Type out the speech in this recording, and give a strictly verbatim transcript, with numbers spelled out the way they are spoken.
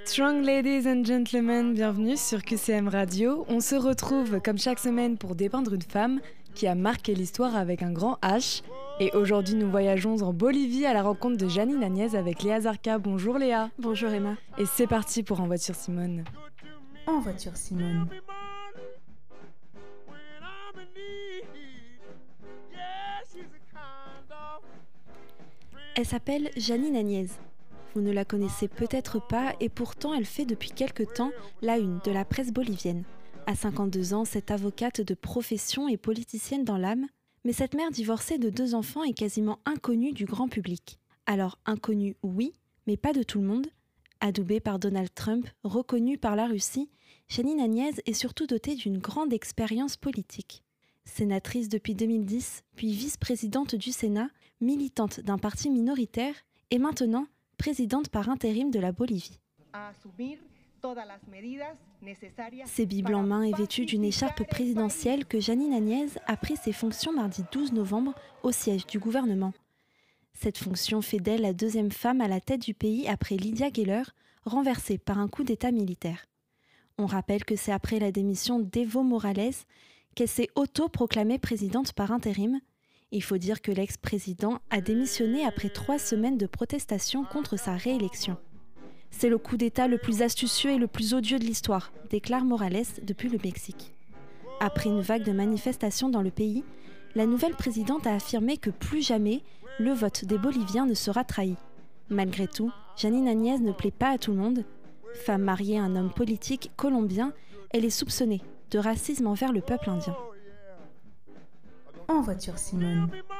Strong ladies and gentlemen, bienvenue sur Q C M Radio. On se retrouve comme chaque semaine pour dépeindre une femme qui a marqué l'histoire avec un grand H. Et aujourd'hui, nous voyageons en Bolivie à la rencontre de Janine Agnès avec Léa Zarka. Bonjour Léa. Bonjour Emma. Et c'est parti pour En voiture Simone. En voiture Simone. Elle s'appelle Janine Agnès. Vous ne la connaissez peut-être pas et pourtant elle fait depuis quelque temps la une de la presse bolivienne. À cinquante-deux ans, cette avocate de profession est politicienne dans l'âme, mais cette mère divorcée de deux enfants est quasiment inconnue du grand public. Alors inconnue, oui, mais pas de tout le monde. Adoubée par Donald Trump, reconnue par la Russie, Janine Agnès est surtout dotée d'une grande expérience politique. Sénatrice depuis deux mille dix, puis vice-présidente du Sénat, militante d'un parti minoritaire et maintenant présidente par intérim de la Bolivie. Ses bibles en main et vêtue d'une écharpe présidentielle que Janine Agnès a pris ses fonctions mardi douze novembre au siège du gouvernement. Cette fonction fait d'elle la deuxième femme à la tête du pays après Lydia Geller, renversée par un coup d'État militaire. On rappelle que c'est après la démission d'Evo Morales qu'elle s'est auto-proclamée présidente par intérim. Il faut dire que l'ex-président a démissionné après trois semaines de protestation contre sa réélection. C'est le coup d'État le plus astucieux et le plus odieux de l'histoire, déclare Morales depuis le Mexique. Après une vague de manifestations dans le pays, la nouvelle présidente a affirmé que plus jamais, le vote des Boliviens ne sera trahi. Malgré tout, Janine Agnès ne plaît pas à tout le monde. Femme mariée à un homme politique colombien, elle est soupçonnée de racisme envers le peuple indien. En voiture Simone.